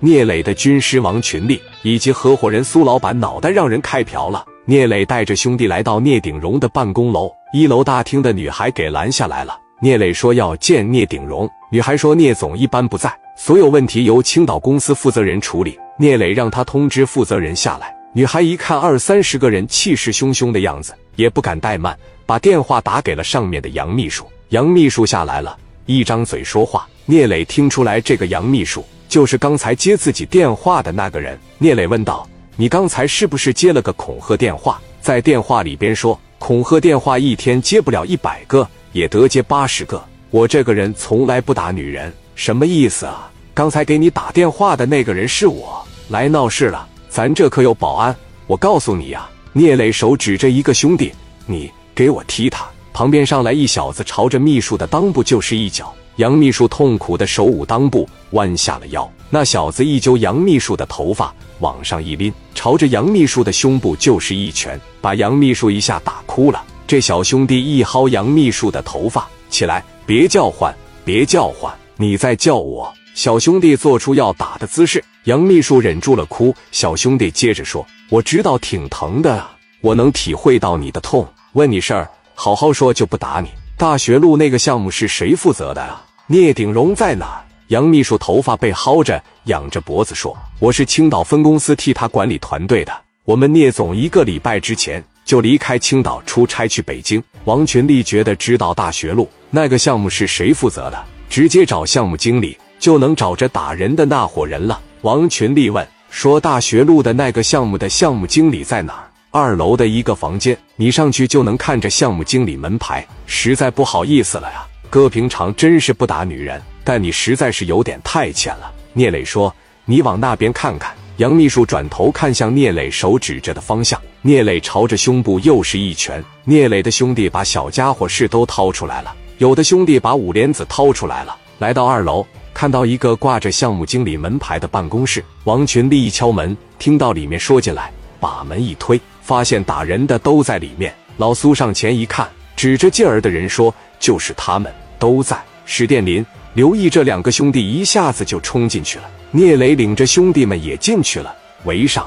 聂磊的军师王群力以及合伙人苏老板脑袋让人开瓢了。聂磊带着兄弟来到聂鼎荣的办公楼，1楼大厅的女孩给拦下来了。聂磊说要见聂鼎荣，女孩说聂总一般不在，所有问题由青岛公司负责人处理。聂磊让他通知负责人下来。女孩一看20-30个人气势汹汹的样子，也不敢怠慢，把电话打给了上面的杨秘书。杨秘书下来了，一张嘴说话。聂磊听出来这个杨秘书就是刚才接自己电话的那个人。聂磊问道：你刚才是不是接了个恐吓电话？在电话里边说恐吓电话一天接不了100个，也得接80个。我这个人从来不打女人，什么意思啊？刚才给你打电话的那个人是我，来闹事了，咱这可有保安，我告诉你啊。聂磊手指着一个兄弟，你给我踢他。旁边上来一小子朝着秘书的裆部就是一脚，杨秘书痛苦的手捂裆部，弯下了腰。那小子一揪杨秘书的头发往上一拎，朝着杨秘书的胸部就是一拳，把杨秘书一下打哭了。这小兄弟一薅杨秘书的头发，起来，别叫唤，别叫唤，你在叫我。小兄弟做出要打的姿势，杨秘书忍住了哭。小兄弟接着说，我知道挺疼的啊，我能体会到你的痛，问你事儿，好好说就不打你。大学路那个项目是谁负责的啊？聂鼎荣在哪儿？杨秘书头发被薅着，仰着脖子说，我是青岛分公司替他管理团队的，我们聂总1个礼拜之前就离开青岛出差去北京。王群力觉得知道大学路那个项目是谁负责的，直接找项目经理就能找着打人的那伙人了。王群力问，说大学路的那个项目的项目经理在哪儿？2楼的一个房间，你上去就能看着项目经理门牌。实在不好意思了呀，哥平常真是不打女人，但你实在是有点太欠了。聂磊说，你往那边看看。杨秘书转头看向聂磊手指着的方向，聂磊朝着胸部又是一拳。聂磊的兄弟把小家伙事都掏出来了，有的兄弟把5连子掏出来了。来到2楼，看到一个挂着项目经理门牌的办公室。王群力一敲门，听到里面说进来，把门一推，发现打人的都在里面。老苏上前一看，指着进儿的人说，就是他们，都在。史殿林、刘毅这2个兄弟一下子就冲进去了。聂磊领着兄弟们也进去了，围上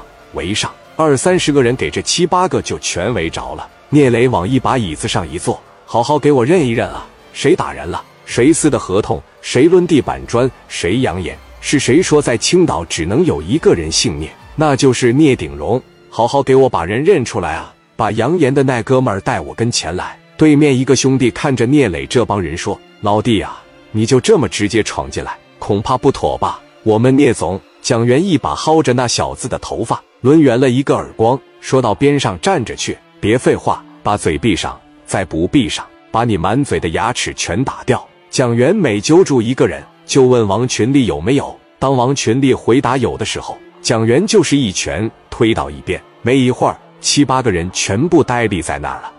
，20-30个人给这7、8个就全围着了。聂磊往一把椅子上一坐，好好给我认一认啊，谁打人了？谁撕的合同？谁抡地板砖？谁扬言？是谁说在青岛只能有1个人姓聂？那就是聂鼎荣。好好给我把人认出来啊！把扬言的那哥们儿带我跟前来。对面一个兄弟看着聂磊这帮人说，老弟啊，你就这么直接闯进来，恐怕不妥吧？我们聂总。蒋元一把薅着那小子的头发，抡圆了一个耳光，说到边上站着去，别废话，把嘴闭上，再不闭上，把你满嘴的牙齿全打掉。蒋元每揪住一个人，就问王群力有没有。当王群力回答有的时候，蒋元就是一拳推到一边。没一会儿，7、8个人全部呆立在那儿了。